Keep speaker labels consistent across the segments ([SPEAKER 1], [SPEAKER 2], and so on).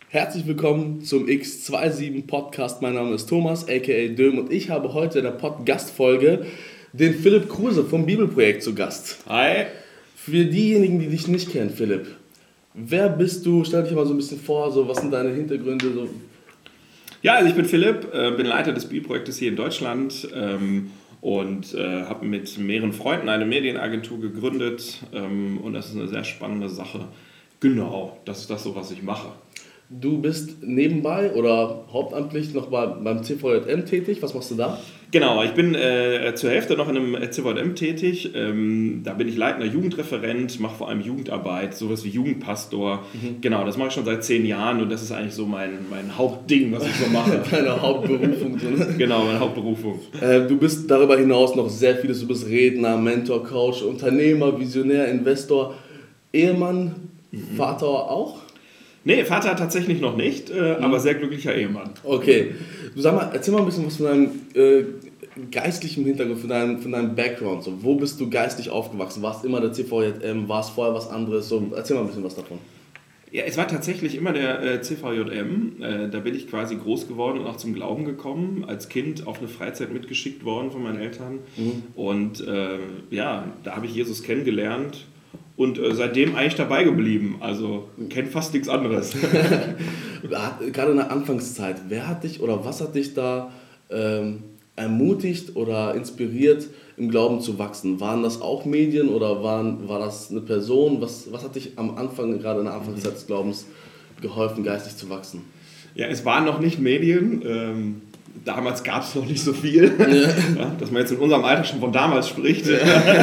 [SPEAKER 1] Herzlich willkommen zum X27 Podcast. Mein Name ist Thomas, aka Döm, und ich habe heute in der Podcast-Folge den Philipp Kruse vom Bibelprojekt zu Gast.
[SPEAKER 2] Hi.
[SPEAKER 1] Für diejenigen, die dich nicht kennen, Philipp, wer bist du? Stell dich mal so ein bisschen vor, so, was sind deine Hintergründe? So.
[SPEAKER 2] Ja, also ich bin Philipp, bin Leiter des Bibelprojektes hier in Deutschland und habe mit mehreren Freunden eine Medienagentur gegründet und das ist eine sehr spannende Sache. Genau, das ist das so, was ich mache.
[SPEAKER 1] Du bist nebenbei oder hauptamtlich noch beim CVJM tätig. Was machst du da?
[SPEAKER 2] Genau, ich bin zur Hälfte noch in einem CVJM tätig. Da bin ich leitender Jugendreferent, mache vor allem Jugendarbeit, sowas wie Jugendpastor. Genau, das mache ich schon seit 10 Jahren und das ist eigentlich so mein Hauptding, was ich so mache.
[SPEAKER 1] Deine Hauptberufung. So, ne?
[SPEAKER 2] Genau, meine Hauptberufung.
[SPEAKER 1] Du bist darüber hinaus noch sehr vieles. Du bist Redner, Mentor, Coach, Unternehmer, Visionär, Investor, Ehemann, Vater auch?
[SPEAKER 2] Nee, Vater tatsächlich noch nicht, aber sehr glücklicher Ehemann.
[SPEAKER 1] Okay. Du sag mal, erzähl mal ein bisschen was von deinem geistlichen Hintergrund, von deinem Background. So, wo bist du geistlich aufgewachsen? Warst immer der CVJM? War es vorher was anderes? So, erzähl mal ein bisschen was davon.
[SPEAKER 2] Ja, es war tatsächlich immer der CVJM. Da bin ich quasi groß geworden und auch zum Glauben gekommen. Als Kind auf eine Freizeit mitgeschickt worden von meinen Eltern. Und ja, da habe ich Jesus kennengelernt. Und seitdem eigentlich dabei geblieben. Also kennt fast nichts anderes.
[SPEAKER 1] Gerade in der Anfangszeit, wer hat dich oder was hat dich da ermutigt oder inspiriert, im Glauben zu wachsen? Waren das auch Medien oder war das eine Person? Was hat dich am Anfang, gerade in der Anfangszeit des Glaubens, geholfen, geistig zu wachsen?
[SPEAKER 2] Ja, es waren noch nicht Medien. Damals gab es noch nicht so viel, ja, dass man jetzt in unserem Alter schon von damals spricht. Ja,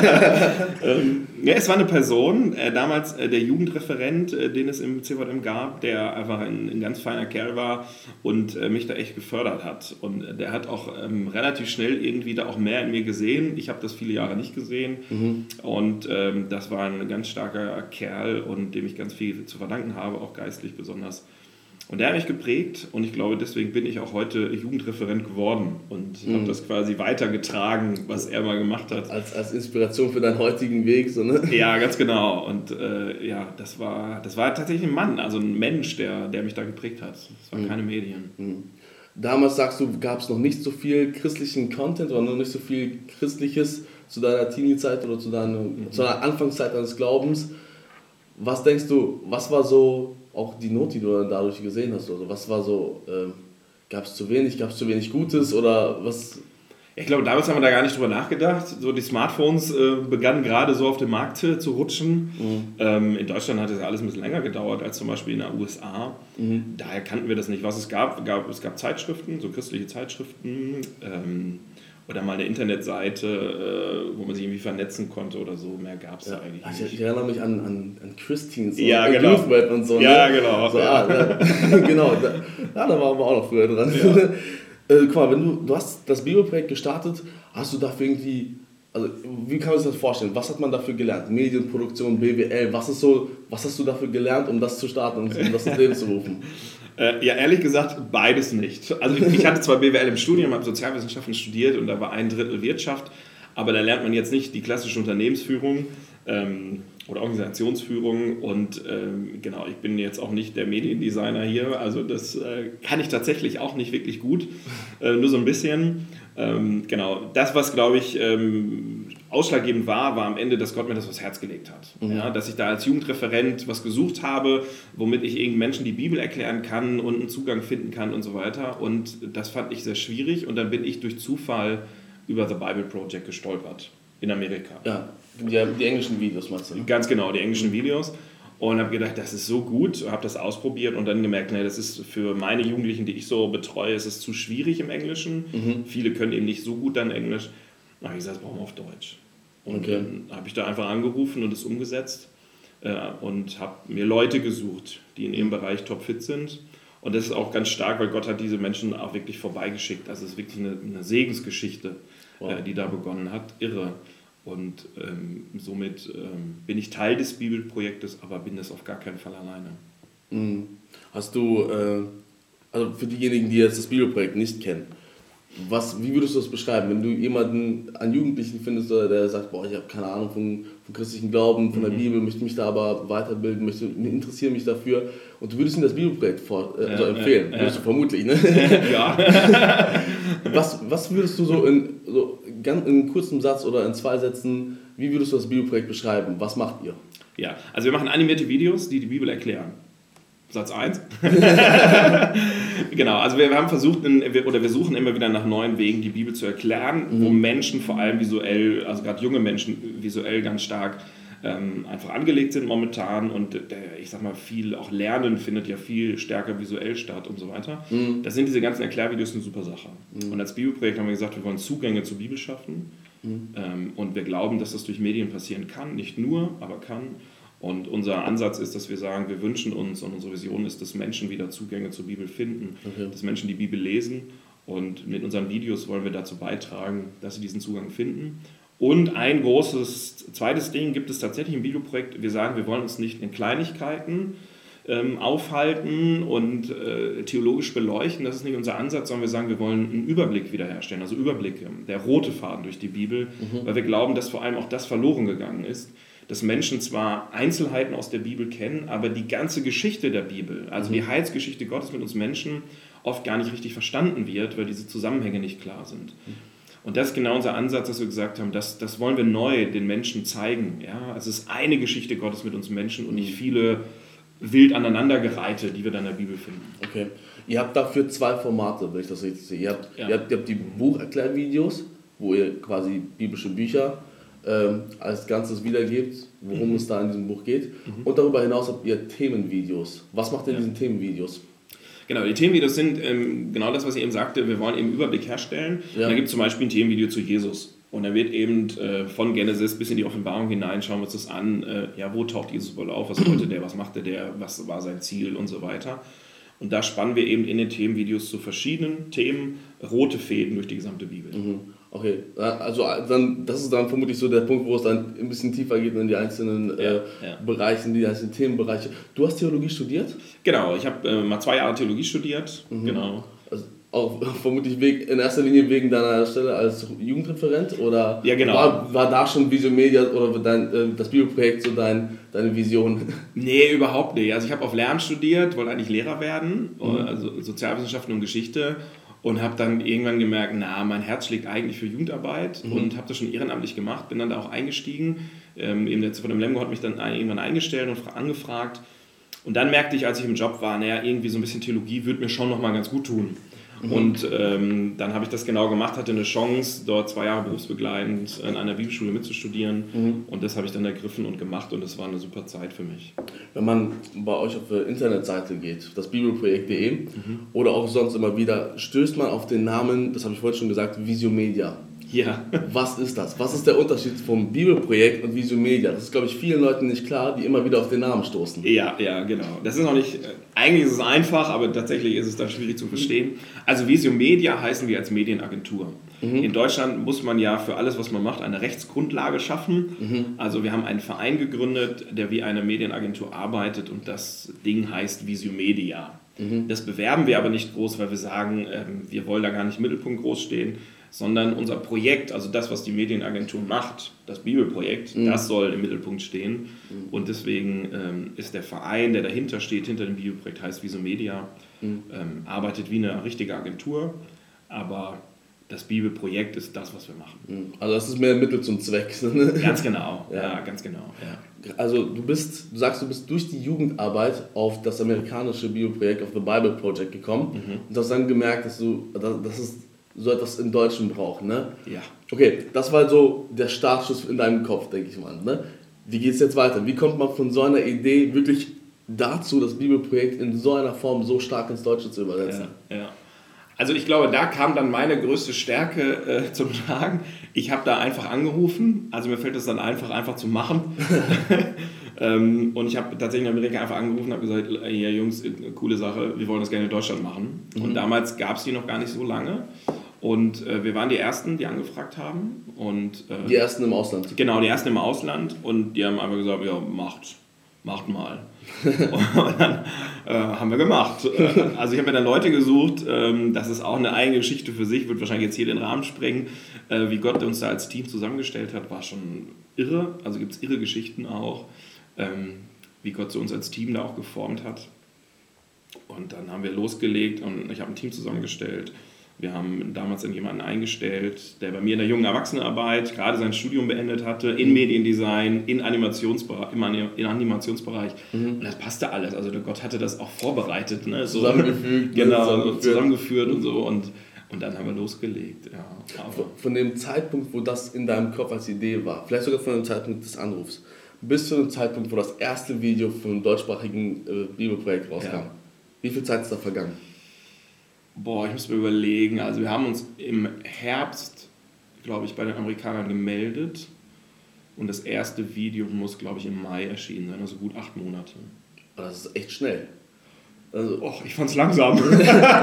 [SPEAKER 2] es war eine Person, damals der Jugendreferent, den es im CVJM gab, der einfach ein ganz feiner Kerl war und mich da echt gefördert hat. Und der hat auch relativ schnell irgendwie da auch mehr in mir gesehen. Ich habe das viele Jahre nicht gesehen. Und das war ein ganz starker Kerl und dem ich ganz viel zu verdanken habe, auch geistlich besonders. Und der hat mich geprägt und ich glaube, deswegen bin ich auch heute Jugendreferent geworden und habe das quasi weitergetragen, was er mal gemacht hat.
[SPEAKER 1] Als Inspiration für deinen heutigen Weg, so, ne?
[SPEAKER 2] Ja, ganz genau. Und ja, das war tatsächlich ein Mann, also ein Mensch, der mich da geprägt hat. Es waren keine Medien.
[SPEAKER 1] Damals, sagst du, gab es noch nicht so viel christlichen Content oder noch nicht so viel Christliches zu deiner Teenie-Zeit oder zu deiner Anfangszeit deines Glaubens. Was denkst du, was war so auch die Not, die du dann dadurch gesehen hast? Also was war so, gab es zu wenig Gutes oder was?
[SPEAKER 2] Ich glaube, damals haben wir da gar nicht drüber nachgedacht. So die Smartphones begannen gerade so auf den Markt zu rutschen. In Deutschland hat es alles ein bisschen länger gedauert als zum Beispiel in den USA. Daher kannten wir das nicht. Was es gab Zeitschriften, so christliche Zeitschriften. Oder mal eine Internetseite, wo man sich irgendwie vernetzen konnte oder so. Mehr gab es da eigentlich nicht.
[SPEAKER 1] Ich erinnere mich an Christines
[SPEAKER 2] ja,
[SPEAKER 1] und
[SPEAKER 2] genau.
[SPEAKER 1] Youthweb und so.
[SPEAKER 2] Ja,
[SPEAKER 1] ne?
[SPEAKER 2] genau.
[SPEAKER 1] So, genau, da waren wir auch noch früher dran. Ja. Guck mal, du hast das Bibelprojekt gestartet, hast du dafür irgendwie, also wie kann man sich das vorstellen? Was hat man dafür gelernt? Medienproduktion, BWL, was hast du dafür gelernt, um das zu starten und um das ins Leben zu rufen?
[SPEAKER 2] Ja, ehrlich gesagt, beides nicht. Also ich hatte zwar BWL im Studium, habe Sozialwissenschaften studiert und da war 1/3 Wirtschaft, aber da lernt man jetzt nicht die klassische Unternehmensführung oder Organisationsführung und genau, ich bin jetzt auch nicht der Mediendesigner hier, also das kann ich tatsächlich auch nicht wirklich gut, nur so ein bisschen. Genau, das, was glaube ich ausschlaggebend war am Ende, dass Gott mir das aufs Herz gelegt hat. Ja, dass ich da als Jugendreferent was gesucht habe, womit ich irgendeinen Menschen die Bibel erklären kann und einen Zugang finden kann und so weiter. Und das fand ich sehr schwierig und dann bin ich durch Zufall über The Bible Project gestolpert in Amerika.
[SPEAKER 1] Ja, die englischen Videos meinst du?
[SPEAKER 2] Ganz genau, die englischen Videos. Und habe gedacht, das ist so gut, habe das ausprobiert und dann gemerkt, nee, das ist für meine Jugendlichen, die ich so betreue, ist es zu schwierig im Englischen. Viele können eben nicht so gut dann Englisch. Dann habe ich gesagt, das brauchen wir auf Deutsch. Und dann habe ich da einfach angerufen und es umgesetzt und habe mir Leute gesucht, die in ihrem Bereich topfit sind. Und das ist auch ganz stark, weil Gott hat diese Menschen auch wirklich vorbeigeschickt. Also es ist wirklich eine Segensgeschichte, die da begonnen hat. Irre. Und somit bin ich Teil des Bibelprojektes, aber bin das auf gar keinen Fall alleine.
[SPEAKER 1] Hast du, also für diejenigen, die jetzt das Bibelprojekt nicht kennen, Wie würdest du das beschreiben, wenn du jemanden, einen Jugendlichen findest, der sagt, boah, ich habe keine Ahnung vom christlichen Glauben, von der Bibel, möchte mich da aber weiterbilden, interessiere mich dafür und du würdest ihm das Bibelprojekt empfehlen, würdest du vermutlich, ne?
[SPEAKER 2] Ja.
[SPEAKER 1] Was würdest du so in einem kurzen Satz oder in 2 Sätzen, wie würdest du das Bibelprojekt beschreiben? Was macht ihr?
[SPEAKER 2] Ja, also wir machen animierte Videos, die die Bibel erklären. Satz 1. Genau, also wir haben versucht, wir suchen immer wieder nach neuen Wegen, die Bibel zu erklären, wo Menschen vor allem visuell, also gerade junge Menschen visuell ganz stark einfach angelegt sind momentan und ich sag mal, viel auch Lernen findet ja viel stärker visuell statt und so weiter. Das sind diese ganzen Erklärvideos eine super Sache. Und als Bibelprojekt haben wir gesagt, wir wollen Zugänge zur Bibel schaffen und wir glauben, dass das durch Medien passieren kann, nicht nur, aber kann. Und unser Ansatz ist, dass wir sagen, wir wünschen uns und unsere Vision ist, dass Menschen wieder Zugänge zur Bibel finden, dass Menschen die Bibel lesen und mit unseren Videos wollen wir dazu beitragen, dass sie diesen Zugang finden. Und ein großes zweites Ding gibt es tatsächlich im Bibelprojekt. Wir sagen, wir wollen uns nicht in Kleinigkeiten aufhalten und theologisch beleuchten. Das ist nicht unser Ansatz, sondern wir sagen, wir wollen einen Überblick wiederherstellen, also Überblicke, der rote Faden durch die Bibel, weil wir glauben, dass vor allem auch das verloren gegangen ist, dass Menschen zwar Einzelheiten aus der Bibel kennen, aber die ganze Geschichte der Bibel, also die Heilsgeschichte Gottes mit uns Menschen, oft gar nicht richtig verstanden wird, weil diese Zusammenhänge nicht klar sind. Und das ist genau unser Ansatz, dass wir gesagt haben, das wollen wir neu den Menschen zeigen. Ja? Es ist eine Geschichte Gottes mit uns Menschen und nicht viele wild aneinandergereihte, die wir dann in der Bibel finden.
[SPEAKER 1] Okay. Ihr habt dafür 2 Formate, wenn ich das richtig sehe. Ihr habt die Bucherklärvideos, wo ihr quasi biblische Bücher als Ganzes wiedergebt, worum es da in diesem Buch geht. Und darüber hinaus habt ihr Themenvideos. Was macht ihr in diesen Themenvideos?
[SPEAKER 2] Genau, die Themenvideos sind genau das, was ich eben sagte, wir wollen eben Überblick herstellen. Da gibt es zum Beispiel ein Themenvideo zu Jesus. Und da wird eben von Genesis bis in die Offenbarung hinein, schauen wir uns das an, wo taucht Jesus wohl auf, was wollte der, was machte der, was war sein Ziel und so weiter. Und da spannen wir eben in den Themenvideos zu verschiedenen Themen rote Fäden durch die gesamte Bibel.
[SPEAKER 1] Okay, also dann, das ist dann vermutlich so der Punkt, wo es dann ein bisschen tiefer geht in die einzelnen Bereiche, die einzelnen Themenbereiche. Du hast Theologie studiert?
[SPEAKER 2] Genau, ich habe mal 2 Jahre Theologie studiert, genau.
[SPEAKER 1] Also auch vermutlich in erster Linie wegen deiner Stelle als Jugendreferent oder
[SPEAKER 2] ja, genau.
[SPEAKER 1] war da schon Visio Media oder das Bibelprojekt so deine Vision?
[SPEAKER 2] Nee, überhaupt nicht. Also ich habe auf Lehramt studiert, wollte eigentlich Lehrer werden, also Sozialwissenschaften und Geschichte. Und habe dann irgendwann gemerkt, mein Herz schlägt eigentlich für Jugendarbeit und habe das schon ehrenamtlich gemacht, bin dann da auch eingestiegen. Eben der von dem Lemgo hat mich dann irgendwann eingestellt und angefragt. Und dann merkte ich, als ich im Job war, irgendwie so ein bisschen Theologie würde mir schon nochmal ganz gut tun. Und dann habe ich das genau gemacht, hatte eine Chance, dort 2 Jahre berufsbegleitend an einer Bibelschule mitzustudieren. Und das habe ich dann ergriffen und gemacht und das war eine super Zeit für mich.
[SPEAKER 1] Wenn man bei euch auf der Internetseite geht, das bibelprojekt.de oder auch sonst immer wieder, stößt man auf den Namen, das habe ich vorhin schon gesagt, Visio Media.
[SPEAKER 2] Ja.
[SPEAKER 1] Was ist das? Was ist der Unterschied vom Bibelprojekt und Visio Media? Das ist, glaube ich, vielen Leuten nicht klar, die immer wieder auf den Namen stoßen.
[SPEAKER 2] Ja, genau. Das ist noch nicht, eigentlich ist es einfach, aber tatsächlich ist es dann schwierig zu verstehen. Also Visio Media heißen wir als Medienagentur. In Deutschland muss man ja für alles, was man macht, eine Rechtsgrundlage schaffen. Also wir haben einen Verein gegründet, der wie eine Medienagentur arbeitet und das Ding heißt Visio Media. Das bewerben wir aber nicht groß, weil wir sagen, wir wollen da gar nicht im Mittelpunkt groß stehen, sondern unser Projekt, also das, was die Medienagentur macht, das Bibelprojekt, das soll im Mittelpunkt stehen. Und deswegen ist der Verein, der dahinter steht, hinter dem Bibelprojekt, heißt Visio Media, arbeitet wie eine richtige Agentur, aber das Bibelprojekt ist das, was wir machen.
[SPEAKER 1] Also das ist mehr Mittel zum Zweck.
[SPEAKER 2] Ganz genau, ja, ganz genau. Ja.
[SPEAKER 1] Also du sagst, du bist durch die Jugendarbeit auf das amerikanische Bibelprojekt, auf The Bible Project gekommen und hast dann gemerkt, dass es so etwas im Deutschen braucht, ne?
[SPEAKER 2] Ja.
[SPEAKER 1] Okay, das war so der Startschuss in deinem Kopf, denke ich mal, ne? Wie geht es jetzt weiter? Wie kommt man von so einer Idee wirklich dazu, das Bibelprojekt in so einer Form so stark ins Deutsche zu übersetzen?
[SPEAKER 2] Ja. Also ich glaube, da kam dann meine größte Stärke zum Tragen. Ich habe da einfach angerufen, also mir fällt es dann einfach zu machen. Und ich habe tatsächlich in Amerika einfach angerufen und habe gesagt, ja Jungs, coole Sache, wir wollen das gerne in Deutschland machen. Und damals gab es die noch gar nicht so lange. Und wir waren die Ersten, die angefragt haben. Und,
[SPEAKER 1] die Ersten im Ausland?
[SPEAKER 2] Genau, die Ersten im Ausland. Und die haben einfach gesagt, ja, macht mal. Und dann haben wir gemacht. Also ich habe mir dann Leute gesucht, das ist auch eine eigene Geschichte für sich, wird wahrscheinlich jetzt hier den Rahmen sprengen. Wie Gott uns da als Team zusammengestellt hat, war schon irre. Also gibt es irre Geschichten auch, wie Gott so uns als Team da auch geformt hat. Und dann haben wir losgelegt und ich habe ein Team zusammengestellt. Wir haben damals dann jemanden eingestellt, der bei mir in der jungen Erwachsenenarbeit gerade sein Studium beendet hatte, in Mediendesign, im Animationsbereich. Und das passte alles. Also Gott hatte das auch vorbereitet. Ne? So,
[SPEAKER 1] zusammengefügt.
[SPEAKER 2] Genau, zusammengeführt und so. Und dann haben wir losgelegt. Ja.
[SPEAKER 1] Von dem Zeitpunkt, wo das in deinem Kopf als Idee war, vielleicht sogar von dem Zeitpunkt des Anrufs, bis zu dem Zeitpunkt, wo das erste Video für ein deutschsprachigen Bibelprojekt rauskam. Ja. Wie viel Zeit ist da vergangen?
[SPEAKER 2] Ich muss mir überlegen. Also wir haben uns im Herbst, glaube ich, bei den Amerikanern gemeldet. Und das erste Video muss, glaube ich, im Mai erschienen sein, also gut 8 Monate.
[SPEAKER 1] Das ist echt schnell.
[SPEAKER 2] Also, ich fand's langsam.
[SPEAKER 1] Du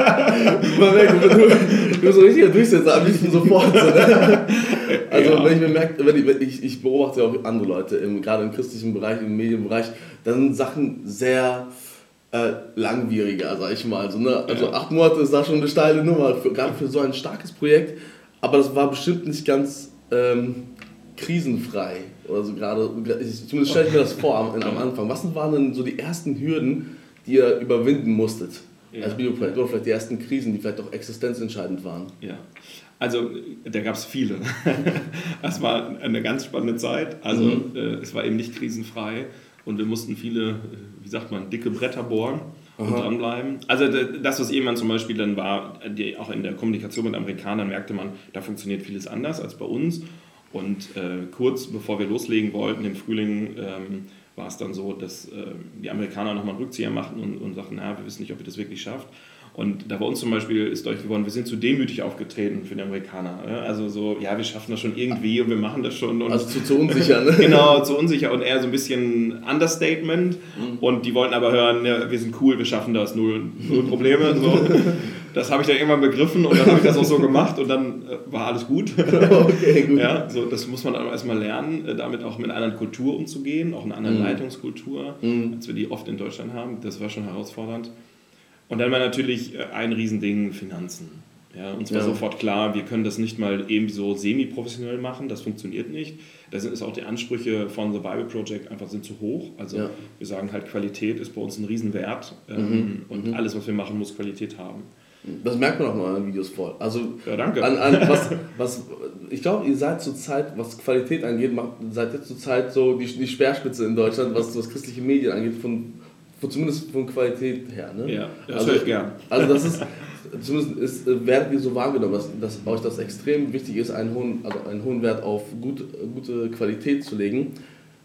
[SPEAKER 1] bist so richtiger Durchsetzer, am liebsten sofort. Also ja. Wenn ich mir merke, ich beobachte ja auch andere Leute, gerade im christlichen Bereich, im Medienbereich, da sind Sachen sehr langwieriger, sag ich mal. Also 8 Monate ist da schon eine steile Nummer, gerade für so ein starkes Projekt. Aber das war bestimmt nicht ganz krisenfrei. Also gerade, zumindest stelle ich mir das vor am Anfang. Was waren denn so die ersten Hürden, die ihr überwinden musstet als Videoprojekt? Oder vielleicht die ersten Krisen, die vielleicht auch existenzentscheidend waren?
[SPEAKER 2] Ja, also da gab es viele. Das war eine ganz spannende Zeit. Also es war eben nicht krisenfrei. Und wir mussten viele, dicke Bretter bohren und dranbleiben. Also das, was irgendwann zum Beispiel dann war, auch in der Kommunikation mit Amerikanern merkte man, da funktioniert vieles anders als bei uns. Und kurz bevor wir loslegen wollten, im Frühling, war es dann so, dass die Amerikaner nochmal einen Rückzieher machten und sagten, wir wissen nicht, ob ihr das wirklich schafft. Und da bei uns zum Beispiel ist deutlich geworden, wir sind zu demütig aufgetreten für die Amerikaner. Also so, wir schaffen das schon irgendwie und wir machen das schon. Und
[SPEAKER 1] also zu unsicher, ne?
[SPEAKER 2] Genau, zu unsicher und eher so ein bisschen Understatement. Und die wollten aber hören, wir sind cool, wir schaffen das, null Probleme. So. Das habe ich dann irgendwann begriffen und dann habe ich das auch so gemacht und dann war alles gut.
[SPEAKER 1] Okay, gut.
[SPEAKER 2] Ja, so, das muss man dann erstmal lernen, damit auch mit einer anderen Kultur umzugehen, auch einer anderen Leitungskultur, als wir die oft in Deutschland haben. Das war schon herausfordernd. Und dann war natürlich ein Riesending Finanzen. Ja, uns war sofort klar, wir können das nicht mal eben so semi-professionell machen, das funktioniert nicht. Da sind auch die Ansprüche von The Bible Project einfach sind zu hoch. Also wir sagen halt, Qualität ist bei uns ein Riesenwert und alles, was wir machen, muss Qualität haben.
[SPEAKER 1] Das merkt man auch in euren Videos voll. Also
[SPEAKER 2] danke.
[SPEAKER 1] Ich glaube, ihr seid zurzeit, was Qualität angeht, seid ihr zurzeit so die Speerspitze in Deutschland, was christliche Medien angeht, zumindest von Qualität her. Ne?
[SPEAKER 2] Ja, das höre ich gern.
[SPEAKER 1] Also das ist, zumindest werdet ihr so wahrgenommen, dass euch das extrem wichtig ist, einen hohen Wert auf gute Qualität zu legen.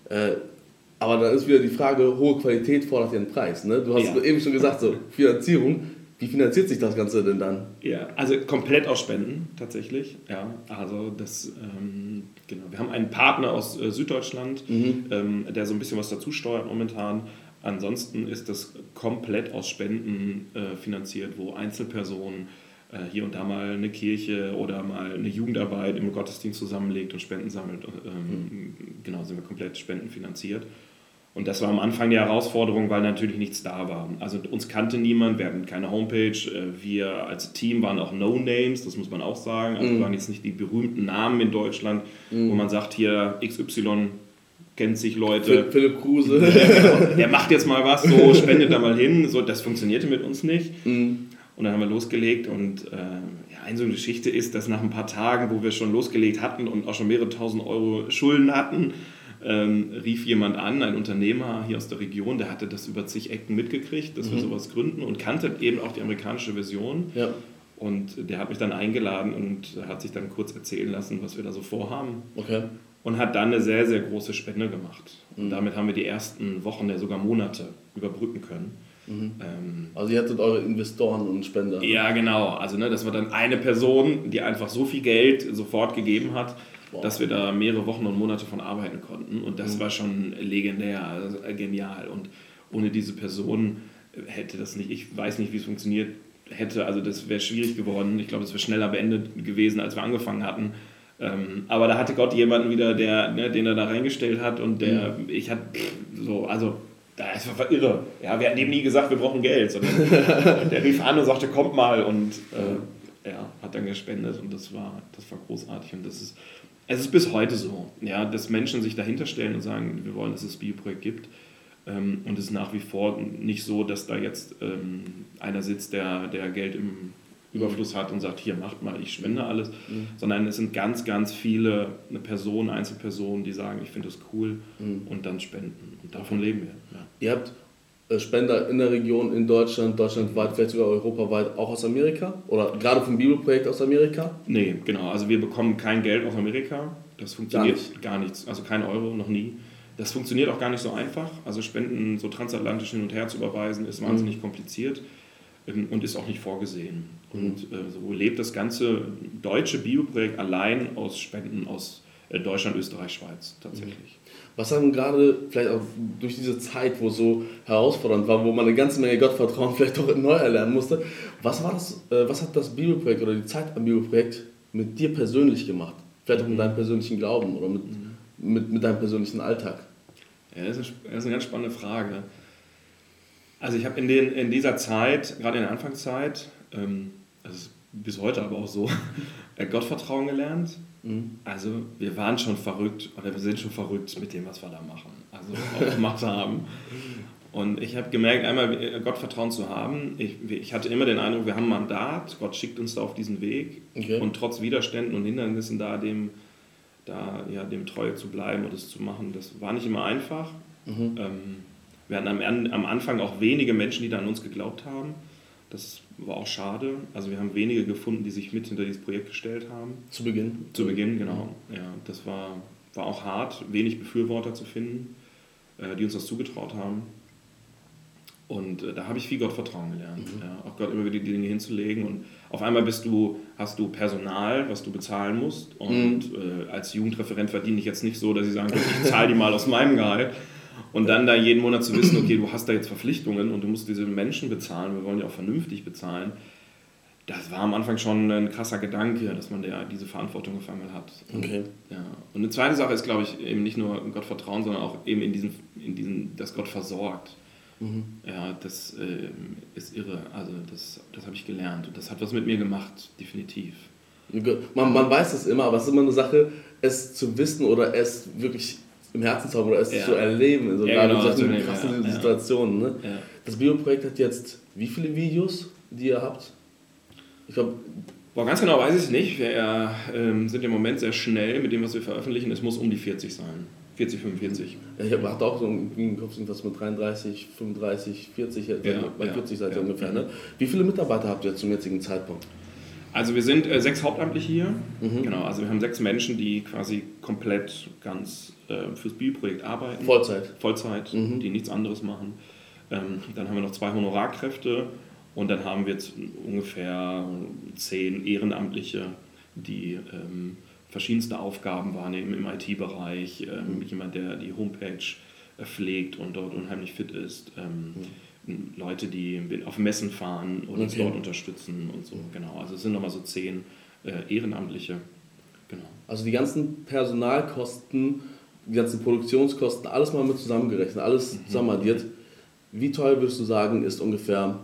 [SPEAKER 1] Aber dann ist wieder die Frage, hohe Qualität fordert ja einen Preis. Ne? Du hast eben schon gesagt, so Finanzierung. Wie finanziert sich das Ganze denn dann?
[SPEAKER 2] Ja, also komplett aus Spenden tatsächlich. Ja, also das, genau. Wir haben einen Partner aus Süddeutschland, der so ein bisschen was dazu steuert momentan. Ansonsten ist das komplett aus Spenden finanziert, wo Einzelpersonen hier und da mal eine Kirche oder mal eine Jugendarbeit im Gottesdienst zusammenlegt und Spenden sammelt. Genau, sind wir komplett spendenfinanziert. Und das war am Anfang die Herausforderung, weil natürlich nichts da war. Also uns kannte niemand, wir hatten keine Homepage. Wir als Team waren auch No-Names, das muss man auch sagen. Also wir waren jetzt nicht die berühmten Namen in Deutschland, wo man sagt, hier XY kennt sich Leute.
[SPEAKER 1] Philipp Kruse.
[SPEAKER 2] Der macht jetzt mal was, so spendet da mal hin. So, das funktionierte mit uns nicht. Und dann haben wir losgelegt und eine so eine Geschichte ist, dass nach ein paar Tagen, wo wir schon losgelegt hatten und auch schon mehrere tausend Euro Schulden hatten, rief jemand an, ein Unternehmer hier aus der Region, der hatte das über zig Ecken mitgekriegt, dass wir sowas gründen und kannte eben auch die amerikanische Version. Ja. Und der hat mich dann eingeladen und hat sich dann kurz erzählen lassen, was wir da so vorhaben.
[SPEAKER 1] Okay.
[SPEAKER 2] Und hat dann eine sehr, sehr große Spende gemacht. Und damit haben wir die ersten Wochen, sogar Monate überbrücken können.
[SPEAKER 1] Also ihr hattet eure Investoren und Spender.
[SPEAKER 2] Ja, genau. Also das war dann eine Person, die einfach so viel Geld sofort gegeben hat, dass wir da mehrere Wochen und Monate von arbeiten konnten. Und das war schon legendär, also genial. Und ohne diese Person hätte das nicht, ich weiß nicht, wie es funktioniert hätte. Also das wäre schwierig geworden. Ich glaube, es wäre schneller beendet gewesen, als wir angefangen hatten. Aber da hatte Gott jemanden wieder, den er da reingestellt hat. Und ich hatte so, also Das war irre. Ja, wir hatten eben nie gesagt, wir brauchen Geld, sondern der rief an und sagte, kommt mal und hat dann gespendet und das war großartig und es ist bis heute so, ja, dass Menschen sich dahinter stellen und sagen, wir wollen, dass es das Bioprojekt gibt und es ist nach wie vor nicht so, dass da jetzt einer sitzt, der Geld im Überfluss hat und sagt, hier macht mal, ich spende alles, sondern es sind ganz, ganz viele Einzelpersonen, die sagen, ich finde das cool und dann spenden und davon leben wir. Ja.
[SPEAKER 1] Ihr habt Spender in der Region, in Deutschland, deutschlandweit, vielleicht sogar europaweit, auch aus Amerika? Oder gerade vom Bibelprojekt aus Amerika?
[SPEAKER 2] Nee, genau. Also wir bekommen kein Geld aus Amerika. Das funktioniert gar nichts. Also kein Euro, noch nie. Das funktioniert auch gar nicht so einfach. Also Spenden so transatlantisch hin und her zu überweisen, ist wahnsinnig kompliziert und ist auch nicht vorgesehen. Und so lebt das ganze deutsche Bibelprojekt allein aus Spenden aus Deutschland, Österreich, Schweiz tatsächlich.
[SPEAKER 1] Was haben gerade, vielleicht auch durch diese Zeit, wo es so herausfordernd war, wo man eine ganze Menge Gottvertrauen vielleicht auch neu erlernen musste, was hat das Bibelprojekt oder die Zeit am Bibelprojekt mit dir persönlich gemacht? Vielleicht auch mit deinem persönlichen Glauben oder mit deinem persönlichen Alltag?
[SPEAKER 2] Ja, das ist eine ganz spannende Frage. Also ich habe in dieser Zeit, gerade in der Anfangszeit, also bis heute aber auch so, Gottvertrauen gelernt. Also wir waren schon verrückt, oder wir sind schon verrückt mit dem, was wir da machen, also auch gemacht haben. Und ich habe gemerkt, einmal Gottvertrauen zu haben, ich hatte immer den Eindruck, wir haben ein Mandat, Gott schickt uns da auf diesen Weg und trotz Widerständen und Hindernissen dem treu zu bleiben und es zu machen, das war nicht immer einfach. Wir hatten am Anfang auch wenige Menschen, die da an uns geglaubt haben. Das war auch schade. Also wir haben wenige gefunden, die sich mit hinter dieses Projekt gestellt haben.
[SPEAKER 1] Zu Beginn?
[SPEAKER 2] Zu Beginn, genau. Ja, das war auch hart, wenig Befürworter zu finden, die uns das zugetraut haben. Und da habe ich viel Gottvertrauen gelernt. Ja, auch Gott immer wieder die Dinge hinzulegen. Und auf einmal hast du Personal, was du bezahlen musst. Und als Jugendreferent verdiene ich jetzt nicht so, dass ich sagen kann, ich zahle die mal aus meinem Gehalt. Und dann da jeden Monat zu wissen, okay, du hast da jetzt Verpflichtungen und du musst diese Menschen bezahlen, wir wollen ja auch vernünftig bezahlen. Das war am Anfang schon ein krasser Gedanke, dass man diese Verantwortung auf einmal hat.
[SPEAKER 1] Okay.
[SPEAKER 2] Ja. Und eine zweite Sache ist, glaube ich, eben nicht nur Gottvertrauen, sondern auch eben in diesen, dass Gott versorgt. Ja, das ist irre. Also das habe ich gelernt und das hat was mit mir gemacht, definitiv.
[SPEAKER 1] Man weiß es immer, aber es ist immer eine Sache, es zu wissen oder es wirklich im Herzen zu haben oder es zu erleben, gerade in solchen krassen Situationen. Ne? Ja. Das Bibelprojekt hat jetzt wie viele Videos, die ihr habt? Ich glaube...
[SPEAKER 2] Ganz genau weiß ich es nicht. Wir sind im Moment sehr schnell mit dem, was wir veröffentlichen. Es muss um die 40 sein. 40, 45.
[SPEAKER 1] Ja, ich hatte auch so im Kopf irgendwas mit 33, 35, 40, bei 40 seid ihr ungefähr. Ne? Wie viele Mitarbeiter habt ihr zum jetzigen Zeitpunkt?
[SPEAKER 2] Also wir sind 6 Hauptamtliche hier. Genau, also wir haben 6 Menschen, die quasi komplett ganz fürs Bibelprojekt arbeiten. Vollzeit, die nichts anderes machen. Dann haben wir noch 2 Honorarkräfte und dann haben wir jetzt ungefähr 10 Ehrenamtliche, die verschiedenste Aufgaben wahrnehmen im IT-Bereich. Jemand, der die Homepage pflegt und dort unheimlich fit ist. Leute, die auf Messen fahren und uns dort unterstützen und so. Genau, also es sind nochmal so 10 Ehrenamtliche. Genau.
[SPEAKER 1] Also die ganzen Personalkosten, die ganzen Produktionskosten, alles mal mit zusammengerechnet, alles zusammenaddiert. Wie teuer würdest du sagen, ist ungefähr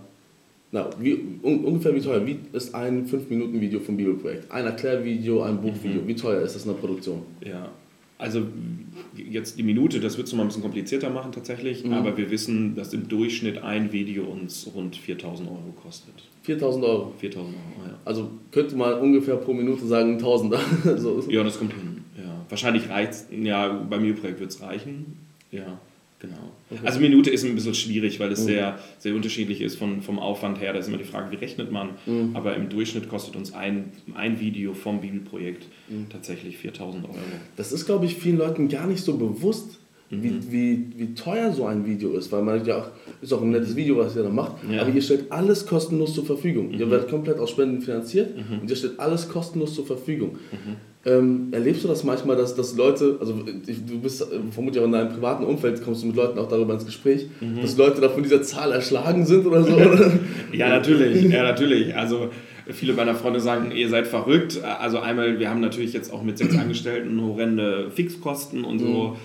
[SPEAKER 1] wie teuer? Wie ist ein 5-Minuten-Video vom Bibelprojekt? Ein Erklärvideo, ein Buchvideo. Wie teuer ist das in der Produktion?
[SPEAKER 2] Ja, also jetzt die Minute, das wird es nochmal ein bisschen komplizierter machen tatsächlich, aber wir wissen, dass im Durchschnitt ein Video uns rund 4.000 Euro kostet.
[SPEAKER 1] 4.000 Euro?
[SPEAKER 2] 4.000 Euro, ja.
[SPEAKER 1] Also könnte man ungefähr pro Minute sagen 1.000er. So.
[SPEAKER 2] Ja, das kommt hin. Ja. Wahrscheinlich reicht es, ja, beim Bibelprojekt wird es reichen. Ja. Genau. Okay. Also Minute ist ein bisschen schwierig, weil es sehr, sehr unterschiedlich ist vom Aufwand her. Da ist immer die Frage, wie rechnet man. Aber im Durchschnitt kostet uns ein Video vom Bibelprojekt tatsächlich 4.000 Euro.
[SPEAKER 1] Das ist, glaube ich, vielen Leuten gar nicht so bewusst, wie teuer so ein Video ist. Weil man ja auch, ist auch ein nettes Video, was ihr da macht. Ja. Aber ihr stellt alles kostenlos zur Verfügung. Ihr werdet komplett aus Spenden finanziert und ihr stellt alles kostenlos zur Verfügung. Erlebst du das manchmal, dass Leute, also du bist vermutlich auch in deinem privaten Umfeld, kommst du mit Leuten auch darüber ins Gespräch, dass Leute da von dieser Zahl erschlagen sind oder so? Oder?
[SPEAKER 2] Ja, natürlich. Also viele meiner Freunde sagen, ihr seid verrückt. Also einmal, wir haben natürlich jetzt auch mit 6 Angestellten horrende Fixkosten und so.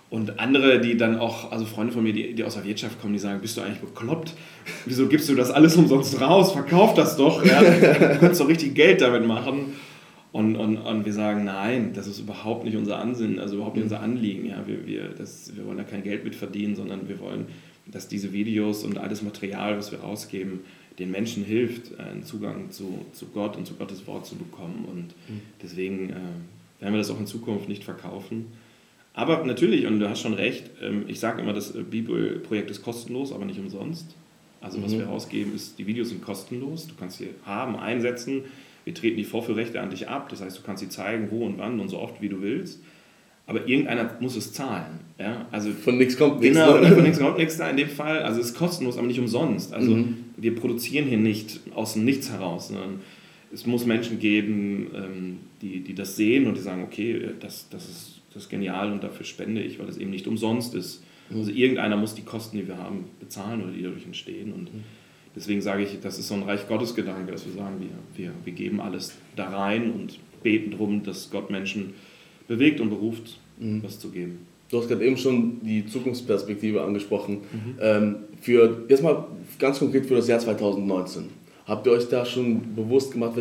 [SPEAKER 2] Und andere, die dann auch, also Freunde von mir, die aus der Wirtschaft kommen, die sagen, bist du eigentlich bekloppt? Wieso gibst du das alles umsonst raus? Verkauf das doch. Ja? Du kannst doch richtig Geld damit machen. Und wir sagen, nein, das ist überhaupt nicht unser Ansinnen, also überhaupt nicht unser Anliegen. Ja? Wir wollen da kein Geld mit verdienen, sondern wir wollen, dass diese Videos und all das Material, was wir rausgeben, den Menschen hilft, einen Zugang zu Gott und zu Gottes Wort zu bekommen. Und deswegen werden wir das auch in Zukunft nicht verkaufen. Aber natürlich, und du hast schon recht, ich sage immer, das Bibelprojekt ist kostenlos, aber nicht umsonst. Also was wir rausgeben, die Videos sind kostenlos. Du kannst sie haben, einsetzen. Wir treten die Vorführrechte an dich ab. Das heißt, du kannst sie zeigen, wo und wann und so oft, wie du willst. Aber irgendeiner muss es zahlen. Ja? Also,
[SPEAKER 1] von nichts kommt nichts.
[SPEAKER 2] Genau, von nichts kommt nichts da in dem Fall. Also es ist kostenlos, aber nicht umsonst. Also wir produzieren hier nicht aus dem Nichts heraus, sondern es muss Menschen geben, die das sehen und die sagen, okay, das ist genial und dafür spende ich, weil es eben nicht umsonst ist. Also irgendeiner muss die Kosten, die wir haben, bezahlen oder die dadurch entstehen. Und deswegen sage ich, das ist so ein Reich Gottes Gedanke, dass wir sagen, wir geben alles da rein und beten darum, dass Gott Menschen bewegt und beruft, was zu geben.
[SPEAKER 1] Du hast gerade eben schon die Zukunftsperspektive angesprochen. Jetzt mal ganz konkret für das Jahr 2019. Habt ihr euch da schon bewusst gemacht,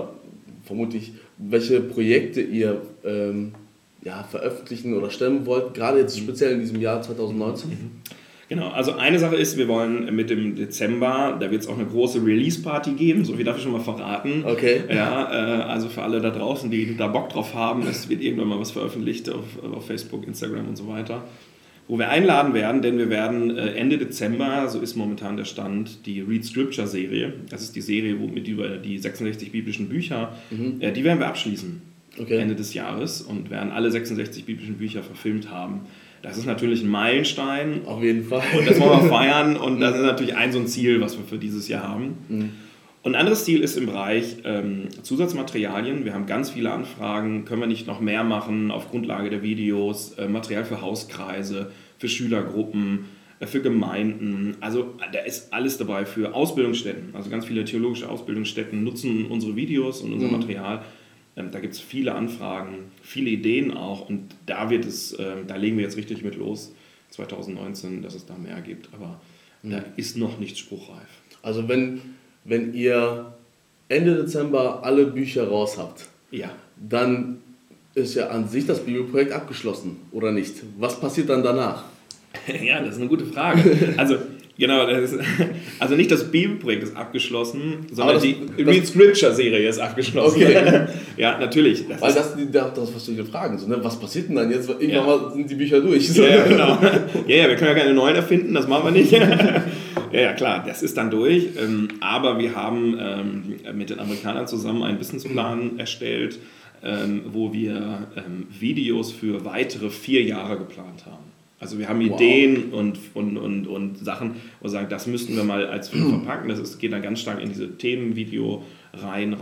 [SPEAKER 1] welche Projekte ihr veröffentlichen oder stemmen wollt, gerade jetzt speziell in diesem Jahr 2019?
[SPEAKER 2] Genau, also eine Sache ist, wir wollen mit dem Dezember, da wird es auch eine große Release-Party geben, so viel darf ich schon mal verraten.
[SPEAKER 1] Okay.
[SPEAKER 2] Ja, also für alle da draußen, die da Bock drauf haben, es wird irgendwann mal was veröffentlicht auf Facebook, Instagram und so weiter, wo wir einladen werden, denn wir werden Ende Dezember, so ist momentan der Stand, die Read Scripture Serie, das ist die Serie, womit über die 66 biblischen Bücher, die werden wir abschließen. Okay. Ende des Jahres und werden alle 66 biblischen Bücher verfilmt haben. Das ist natürlich ein Meilenstein.
[SPEAKER 1] Auf jeden Fall.
[SPEAKER 2] Und das wollen wir feiern und das ist natürlich so ein Ziel, was wir für dieses Jahr haben. Und ein anderes Ziel ist im Bereich Zusatzmaterialien. Wir haben ganz viele Anfragen, können wir nicht noch mehr machen auf Grundlage der Videos, Material für Hauskreise, für Schülergruppen, für Gemeinden. Also da ist alles dabei für Ausbildungsstätten. Also ganz viele theologische Ausbildungsstätten nutzen unsere Videos und unser Material. Da gibt es viele Anfragen, viele Ideen auch und da legen wir jetzt richtig mit los, 2019, dass es da mehr gibt, aber da ist noch nichts spruchreif.
[SPEAKER 1] Also wenn ihr Ende Dezember alle Bücher raus habt, dann ist ja an sich das Bibelprojekt abgeschlossen, oder nicht? Was passiert dann danach?
[SPEAKER 2] Ja, das ist eine gute Frage. Also genau, also nicht das Bibelprojekt ist abgeschlossen, sondern die Read Scripture Serie ist abgeschlossen. Okay. Ja, natürlich.
[SPEAKER 1] Weil das was wir fragen, so, ne? Was passiert denn dann jetzt? Irgendwann mal sind die Bücher durch. So.
[SPEAKER 2] Ja, genau. Ja, wir können ja keine neuen erfinden, das machen wir nicht. Ja, klar, das ist dann durch. Aber wir haben mit den Amerikanern zusammen einen Businessplan erstellt, wo wir Videos für weitere 4 Jahre geplant haben. Also wir haben Ideen und Sachen, wo wir sagen, das müssten wir mal als Film verpacken. Das geht dann ganz stark in diese Themenvideo rein.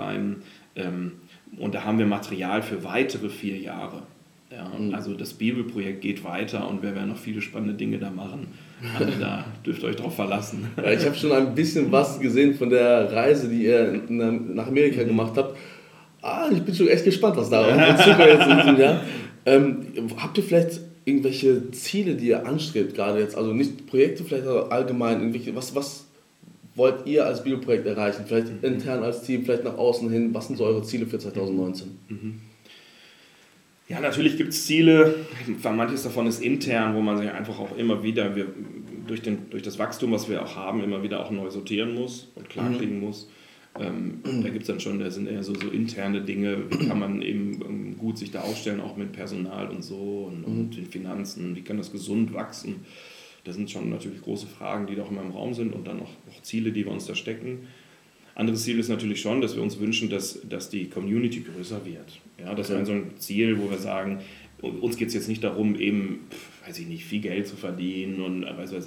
[SPEAKER 2] Und da haben wir Material für weitere 4 Jahre. Ja, also das Bibelprojekt geht weiter und wir werden noch viele spannende Dinge da machen. Also da dürft ihr euch drauf verlassen.
[SPEAKER 1] Ja, ich habe schon ein bisschen was gesehen von der Reise, die ihr nach Amerika gemacht habt. Ich bin schon echt gespannt, was da auf uns zukommt jetzt in diesem Jahr. Habt ihr vielleicht irgendwelche Ziele, die ihr anstrebt gerade jetzt? Also nicht Projekte, vielleicht allgemein. Was wollt ihr als Bibelprojekt erreichen? Vielleicht intern als Team, vielleicht nach außen hin. Was sind so eure Ziele für 2019?
[SPEAKER 2] Ja, natürlich gibt es Ziele. Manches davon ist intern, wo man sich einfach auch immer wieder durch das Wachstum, was wir auch haben, immer wieder auch neu sortieren muss und klarkriegen muss. Da gibt es dann schon, das sind eher so interne Dinge, wie kann man eben gut sich da aufstellen, auch mit Personal und so und den Finanzen, wie kann das gesund wachsen. Das sind schon natürlich große Fragen, die da auch immer im Raum sind und dann auch Ziele, die wir uns da stecken. Anderes Ziel ist natürlich schon, dass wir uns wünschen, dass die Community größer wird. Ja, das wäre so ein Ziel, wo wir sagen, uns geht es jetzt nicht darum, eben, weiß ich nicht, viel Geld zu verdienen und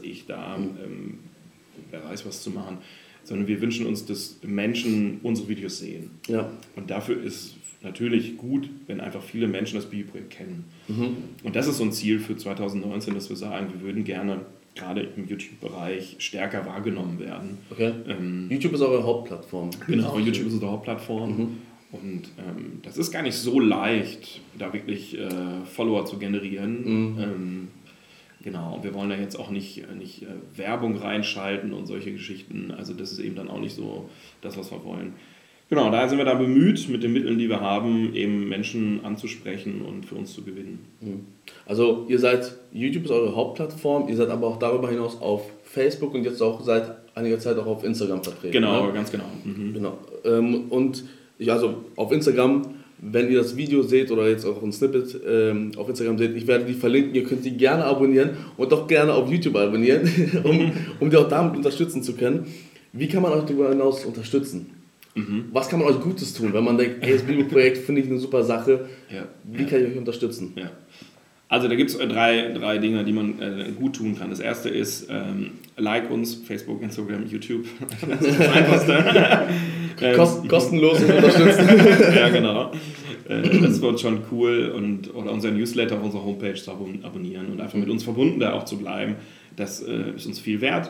[SPEAKER 2] wer weiß was zu machen, sondern wir wünschen uns, dass Menschen unsere Videos sehen. Ja. Und dafür ist natürlich gut, wenn einfach viele Menschen das Bibelprojekt kennen. Und das ist so ein Ziel für 2019, dass wir sagen, wir würden gerne gerade im YouTube-Bereich stärker wahrgenommen werden.
[SPEAKER 1] Okay. YouTube ist eure Hauptplattform.
[SPEAKER 2] Genau, YouTube ist unsere Hauptplattform. Und das ist gar nicht so leicht, da wirklich Follower zu generieren. Genau, und wir wollen da jetzt auch nicht Werbung reinschalten und solche Geschichten. Also das ist eben dann auch nicht so das, was wir wollen. Genau, daher sind wir da bemüht, mit den Mitteln, die wir haben, eben Menschen anzusprechen und für uns zu gewinnen.
[SPEAKER 1] Also ihr seid, YouTube ist eure Hauptplattform, ihr seid aber auch darüber hinaus auf Facebook und jetzt auch seit einiger Zeit auch auf Instagram vertreten.
[SPEAKER 2] Genau,
[SPEAKER 1] ne?
[SPEAKER 2] ganz genau.
[SPEAKER 1] Genau. Und also auf Instagram, wenn ihr das Video seht oder jetzt auch ein Snippet auf Instagram seht, ich werde die verlinken, ihr könnt die gerne abonnieren und auch gerne auf YouTube abonnieren, um die auch damit unterstützen zu können. Wie kann man euch darüber hinaus unterstützen? Was kann man euch Gutes tun, wenn man denkt, hey, das Bibelprojekt finde ich eine super Sache, wie kann ich euch unterstützen?
[SPEAKER 2] Ja. Also da gibt es drei Dinge, die man gut tun kann. Das erste ist, like uns, Facebook, Instagram, YouTube. Das ist das Einfachste.
[SPEAKER 1] Kostenlos unterstützen.
[SPEAKER 2] Ja, genau. Das wird schon cool. Oder unseren Newsletter auf unserer Homepage zu abonnieren und einfach mit uns verbunden da auch zu bleiben. Das ist uns viel wert.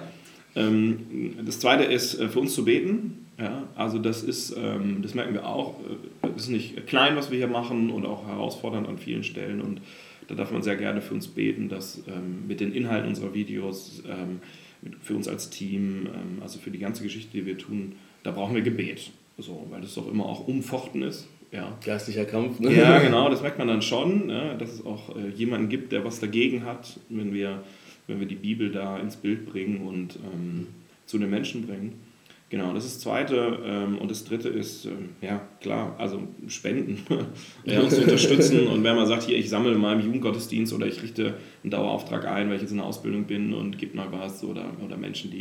[SPEAKER 2] Das zweite ist, für uns zu beten. Ja, also das merken wir auch, das ist nicht klein, was wir hier machen und auch herausfordernd an vielen Stellen und da darf man sehr gerne für uns beten, dass mit den Inhalten unserer Videos, für uns als Team, also für die ganze Geschichte, die wir tun, da brauchen wir Gebet, so, weil das doch immer auch umfochten ist. Ja.
[SPEAKER 1] Geistlicher Kampf. Ne?
[SPEAKER 2] Ja, genau, das merkt man dann schon, dass es auch jemanden gibt, der was dagegen hat, wenn wir die Bibel da ins Bild bringen und zu den Menschen bringen. Genau, das ist das Zweite. Und das Dritte ist, ja klar, also Spenden, uns zu unterstützen. Und wenn man sagt, hier, ich sammle in meinem Jugendgottesdienst oder ich richte einen Dauerauftrag ein, weil ich jetzt in der Ausbildung bin und gebe mal was oder Menschen,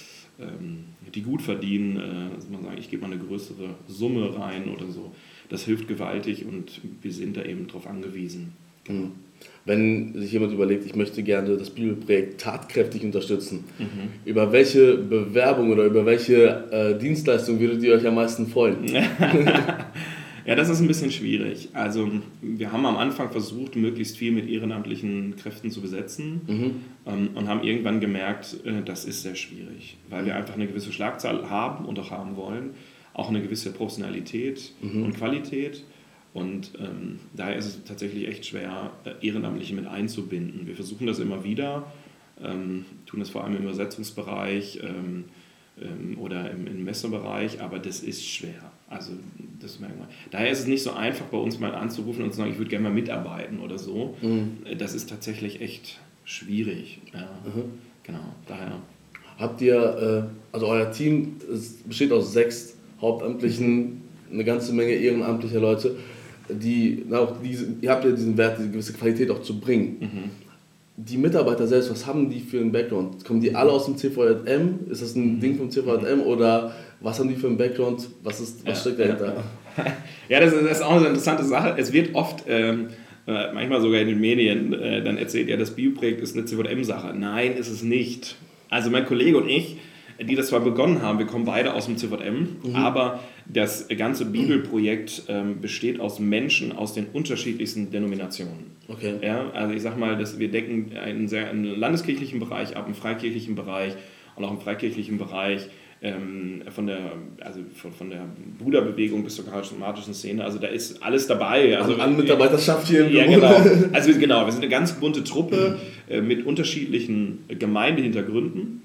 [SPEAKER 2] die gut verdienen, also man sagt, ich gebe mal eine größere Summe rein oder so. Das hilft gewaltig und wir sind da eben drauf angewiesen.
[SPEAKER 1] Genau. Wenn sich jemand überlegt, ich möchte gerne das Bibelprojekt tatkräftig unterstützen, über welche Bewerbung oder über welche Dienstleistung würdet ihr euch am meisten freuen?
[SPEAKER 2] Ja, das ist ein bisschen schwierig. Also wir haben am Anfang versucht, möglichst viel mit ehrenamtlichen Kräften zu besetzen und haben irgendwann gemerkt, das ist sehr schwierig, weil wir einfach eine gewisse Schlagzahl haben und auch haben wollen, auch eine gewisse Professionalität und Qualität. Und daher ist es tatsächlich echt schwer, Ehrenamtliche mit einzubinden. Wir versuchen das immer wieder, tun das vor allem im Übersetzungsbereich oder im Messebereich, aber das ist schwer. Also das merken wir. Daher ist es nicht so einfach, bei uns mal anzurufen und zu sagen, ich würde gerne mal mitarbeiten oder so. Das ist tatsächlich echt schwierig. Ja. Genau, daher.
[SPEAKER 1] Habt ihr, also euer Team besteht aus 6 Hauptamtlichen, eine ganze Menge ehrenamtlicher Leute, ihr habt ja diesen Wert, diese gewisse Qualität auch zu bringen. Die Mitarbeiter selbst, was haben die für einen Background? Kommen die alle aus dem CVJM? Ist das ein Ding vom CVJM oder was haben die für einen Background? Was steckt dahinter?
[SPEAKER 2] Ja, das ist auch eine interessante Sache. Es wird oft, manchmal sogar in den Medien, dann erzählt, ja, das Bibelprojekt ist eine CVJM-Sache. Nein, ist es nicht. Also mein Kollege und ich, die das zwar begonnen haben, wir kommen beide aus dem CVJM, aber das ganze Bibelprojekt besteht aus Menschen aus den unterschiedlichsten Denominationen.
[SPEAKER 1] Okay.
[SPEAKER 2] Ja, also ich sag mal, wir decken einen landeskirchlichen Bereich ab, einen freikirchlichen Bereich und auch im freikirchlichen Bereich von der Bruderbewegung bis zur charismatischen Szene, also da ist alles dabei. Also
[SPEAKER 1] an Mitarbeiterschaft hier im Büro.
[SPEAKER 2] Ja, genau. Also genau, wir sind eine ganz bunte Truppe mit unterschiedlichen Gemeindehintergründen.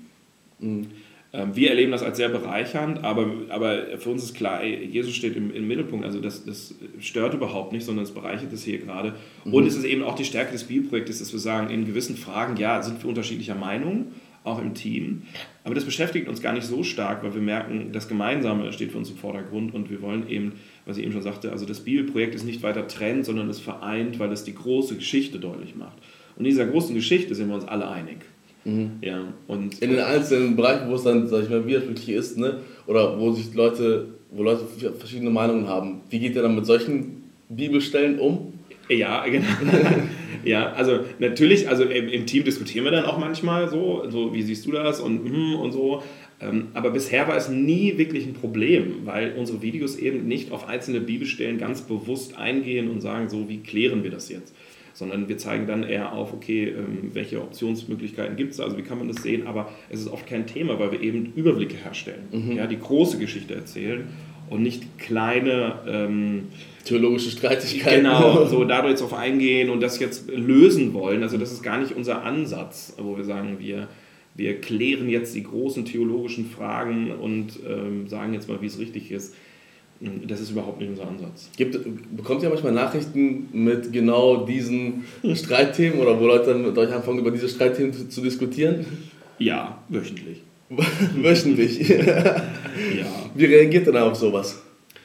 [SPEAKER 2] Wir erleben das als sehr bereichernd, aber für uns ist klar, Jesus steht im Mittelpunkt, also das stört überhaupt nicht, sondern es bereichert es hier gerade. Und es ist eben auch die Stärke des Bibelprojektes, dass wir sagen, in gewissen Fragen, ja, sind wir unterschiedlicher Meinung, auch im Team, aber das beschäftigt uns gar nicht so stark, weil wir merken, das Gemeinsame steht für uns im Vordergrund und wir wollen eben, was ich eben schon sagte, also das Bibelprojekt ist nicht weiter trennt, sondern es vereint, weil es die große Geschichte deutlich macht. Und in dieser großen Geschichte sind wir uns alle einig. Ja, und
[SPEAKER 1] in den einzelnen Bereichen, wo es dann, sag ich mal, widersprüchlich ist, ne? Oder wo Leute verschiedene Meinungen haben. Wie geht ihr dann mit solchen Bibelstellen um?
[SPEAKER 2] Ja, genau. Ja, also natürlich, also im Team diskutieren wir dann auch manchmal so wie siehst du das und so. Aber bisher war es nie wirklich ein Problem, weil unsere Videos eben nicht auf einzelne Bibelstellen ganz bewusst eingehen und sagen, so wie klären wir das jetzt? Sondern wir zeigen dann eher auf, okay, welche Optionsmöglichkeiten gibt es, also wie kann man das sehen, aber es ist oft kein Thema, weil wir eben Überblicke herstellen, ja, die große Geschichte erzählen und nicht kleine
[SPEAKER 1] theologische Streitigkeiten.
[SPEAKER 2] Genau, so dadurch drauf eingehen und das jetzt lösen wollen. Also das ist gar nicht unser Ansatz, wo wir sagen, wir klären jetzt die großen theologischen Fragen und sagen jetzt mal, wie es richtig ist. Das ist überhaupt nicht unser Ansatz.
[SPEAKER 1] Bekommt ihr manchmal Nachrichten mit genau diesen Streitthemen oder wo Leute dann mit euch anfangen, über diese Streitthemen zu diskutieren?
[SPEAKER 2] Ja, wöchentlich.
[SPEAKER 1] Wöchentlich?
[SPEAKER 2] Ja.
[SPEAKER 1] Wie reagiert ihr dann auf sowas?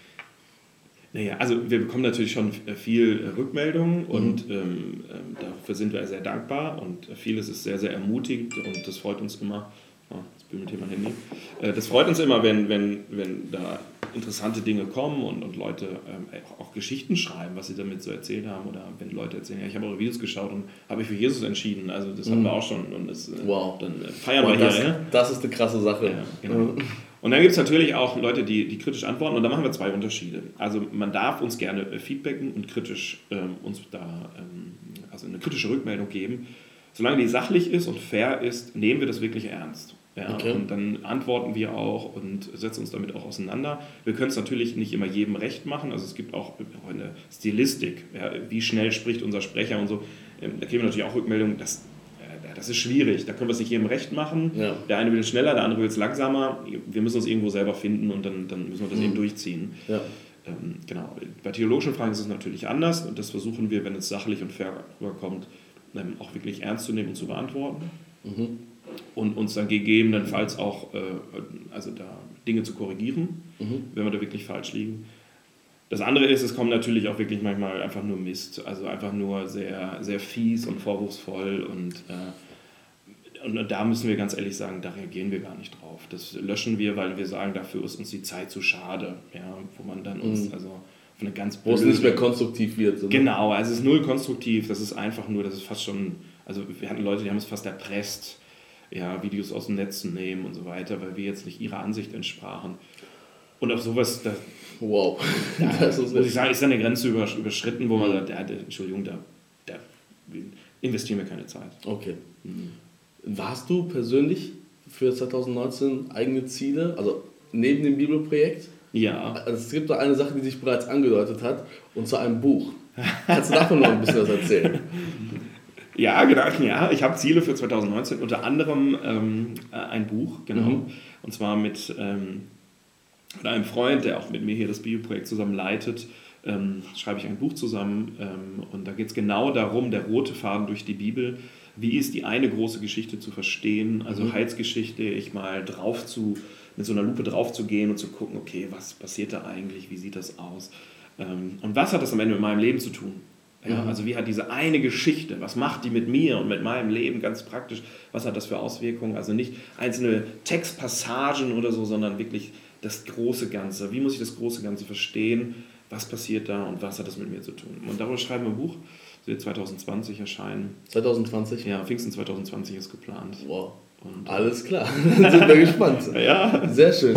[SPEAKER 2] Naja, also wir bekommen natürlich schon viel Rückmeldung und dafür sind wir sehr dankbar und vieles ist sehr, sehr ermutigend und das freut uns immer. Jetzt bimmelt hier mein Handy. Das freut uns immer, wenn da interessante Dinge kommen und Leute auch Geschichten schreiben, was sie damit so erzählt haben oder wenn Leute erzählen, ja, ich habe eure Videos geschaut und habe mich für Jesus entschieden, also das haben wir auch schon und das, dann feiern wir hier. Ja?
[SPEAKER 1] Das ist eine krasse Sache.
[SPEAKER 2] Ja, genau. Und dann gibt es natürlich auch Leute, die kritisch antworten und da machen wir zwei Unterschiede. Also man darf uns gerne feedbacken und kritisch uns da also eine kritische Rückmeldung geben. Solange die sachlich ist und fair ist, nehmen wir das wirklich ernst. Ja, okay. Und dann antworten wir auch und setzen uns damit auch auseinander. Wir können es natürlich nicht immer jedem recht machen. Also es gibt auch eine Stilistik. Ja, wie schnell spricht unser Sprecher und so. Da kriegen wir natürlich auch Rückmeldungen, das ist schwierig. Da können wir es nicht jedem recht machen. Ja. Der eine will es schneller, der andere will es langsamer. Wir müssen uns irgendwo selber finden und dann müssen wir das eben durchziehen. Ja. Genau. Bei theologischen Fragen ist es natürlich anders und das versuchen wir, wenn es sachlich und fair rüberkommt, auch wirklich ernst zu nehmen und zu beantworten. Und uns dann gegebenenfalls auch also da Dinge zu korrigieren, wenn wir da wirklich falsch liegen. Das andere ist, es kommt natürlich auch wirklich manchmal einfach nur Mist, also einfach nur sehr, sehr fies und vorwurfsvoll und da müssen wir ganz ehrlich sagen, da reagieren wir gar nicht drauf. Das löschen wir, weil wir sagen, dafür ist uns die Zeit zu schade, ja, wo man dann uns also auf eine ganz
[SPEAKER 1] wo es nicht mehr konstruktiv wird. So.
[SPEAKER 2] Genau, also es ist null konstruktiv, das ist einfach nur, das ist fast schon, also wir hatten Leute, die haben es fast erpresst, ja, Videos aus dem Netz zu nehmen und so weiter, weil wir jetzt nicht ihrer Ansicht entsprachen. Und auf sowas,
[SPEAKER 1] wow.
[SPEAKER 2] Das muss ich sagen, ist da eine Grenze überschritten, wo man sagt, Entschuldigung, da investieren wir keine Zeit.
[SPEAKER 1] Okay. Hast du persönlich für 2019 eigene Ziele, also neben dem Bibelprojekt?
[SPEAKER 2] Ja.
[SPEAKER 1] Also es gibt da eine Sache, die sich bereits angedeutet hat, und zwar ein Buch. Kannst du davon noch ein bisschen was erzählen?
[SPEAKER 2] Ja, genau. Ja, ich habe Ziele für 2019, unter anderem ein Buch, genau. Und zwar mit einem Freund, der auch mit mir hier das Bibelprojekt zusammen leitet, schreibe ich ein Buch zusammen. Und da geht es genau darum, der rote Faden durch die Bibel. Wie ist die eine große Geschichte zu verstehen, also Heilsgeschichte, mit so einer Lupe drauf zu gehen und zu gucken, okay, was passiert da eigentlich, wie sieht das aus? Und was hat das am Ende mit meinem Leben zu tun? Ja, also wie hat diese eine Geschichte, was macht die mit mir und mit meinem Leben ganz praktisch, was hat das für Auswirkungen? Also nicht einzelne Textpassagen oder so, sondern wirklich das große Ganze. Wie muss ich das große Ganze verstehen? Was passiert da und was hat das mit mir zu tun? Und darüber schreiben wir ein Buch, das wird 2020 erscheinen.
[SPEAKER 1] 2020?
[SPEAKER 2] Ja, Pfingsten 2020 ist geplant.
[SPEAKER 1] Wow, und alles klar, dann sind wir gespannt.
[SPEAKER 2] Ja.
[SPEAKER 1] Sehr schön.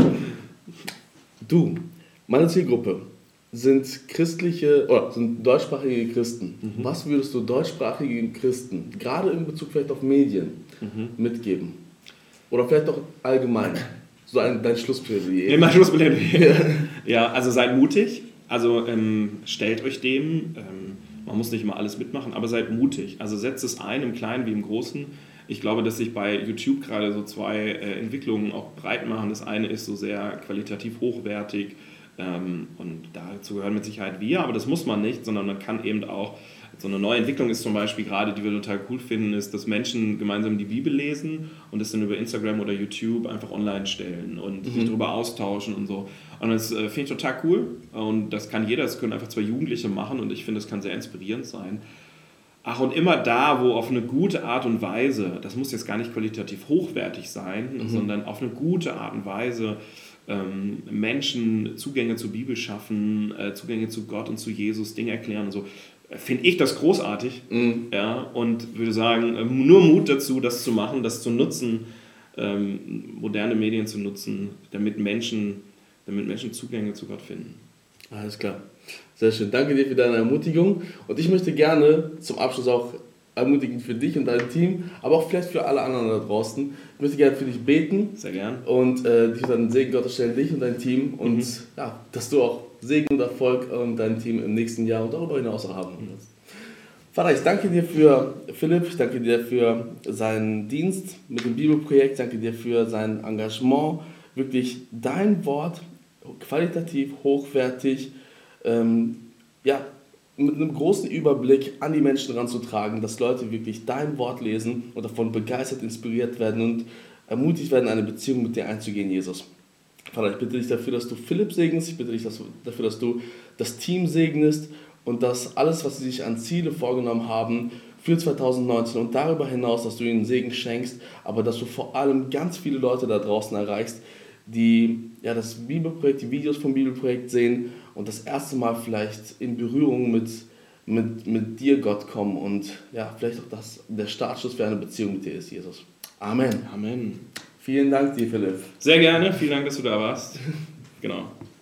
[SPEAKER 1] Du, meine Zielgruppe sind deutschsprachige Christen. Was würdest du deutschsprachigen Christen, gerade in Bezug vielleicht auf Medien, mitgeben? Oder vielleicht auch allgemein? So dein Schlussplädoyer.
[SPEAKER 2] Mein Schlussplädoyer. Ja, also seid mutig. Also stellt euch dem. Man muss nicht immer alles mitmachen, aber seid mutig. Also setzt es ein, im Kleinen wie im Großen. Ich glaube, dass sich bei YouTube gerade so zwei Entwicklungen auch breit machen. Das eine ist so sehr qualitativ hochwertig, und dazu gehören mit Sicherheit wir, aber das muss man nicht, sondern man kann eben auch, so eine neue Entwicklung ist zum Beispiel gerade, die wir total cool finden, ist, dass Menschen gemeinsam die Bibel lesen und das dann über Instagram oder YouTube einfach online stellen und sich darüber austauschen und so. Und das finde ich total cool und das kann jeder, das können einfach zwei Jugendliche machen und ich finde, das kann sehr inspirierend sein. Ach, und immer da, wo auf eine gute Art und Weise, das muss jetzt gar nicht qualitativ hochwertig sein, sondern auf eine gute Art und Weise Menschen Zugänge zur Bibel schaffen, Zugänge zu Gott und zu Jesus, Dinge erklären und so, finde ich das großartig. Ja, und würde sagen, nur Mut dazu, das zu machen, das zu nutzen, moderne Medien zu nutzen, damit Menschen Zugänge zu Gott finden.
[SPEAKER 1] Alles klar. Sehr schön. Danke dir für deine Ermutigung. Und ich möchte gerne zum Abschluss auch ermutigend für dich und dein Team, aber auch vielleicht für alle anderen da draußen. Ich möchte gerne für dich beten.
[SPEAKER 2] Sehr gern.
[SPEAKER 1] Und dich dann Segen Gottes stellen, dich und dein Team. Und ja, dass du auch Segen und Erfolg dein Team im nächsten Jahr und darüber hinaus haben wirst. Vater, ich danke dir für Philipp, ich danke dir für seinen Dienst mit dem Bibelprojekt, ich danke dir für sein Engagement, wirklich dein Wort qualitativ, hochwertig, mit einem großen Überblick an die Menschen ranzutragen, dass Leute wirklich dein Wort lesen und davon begeistert, inspiriert werden und ermutigt werden, eine Beziehung mit dir einzugehen, Jesus. Vater, ich bitte dich dafür, dass du Philipp segnest, ich bitte dich dafür, dass du das Team segnest und dass alles, was sie sich an Ziele vorgenommen haben für 2019 und darüber hinaus, dass du ihnen Segen schenkst, aber dass du vor allem ganz viele Leute da draußen erreichst, die das Bibelprojekt, die Videos vom Bibelprojekt sehen und das erste Mal vielleicht in Berührung mit dir, Gott, kommen und vielleicht auch der Startschuss für eine Beziehung mit dir ist, Jesus. Amen.
[SPEAKER 2] Amen.
[SPEAKER 1] Vielen Dank dir, Philipp.
[SPEAKER 2] Sehr gerne, vielen Dank, dass du da warst. Genau.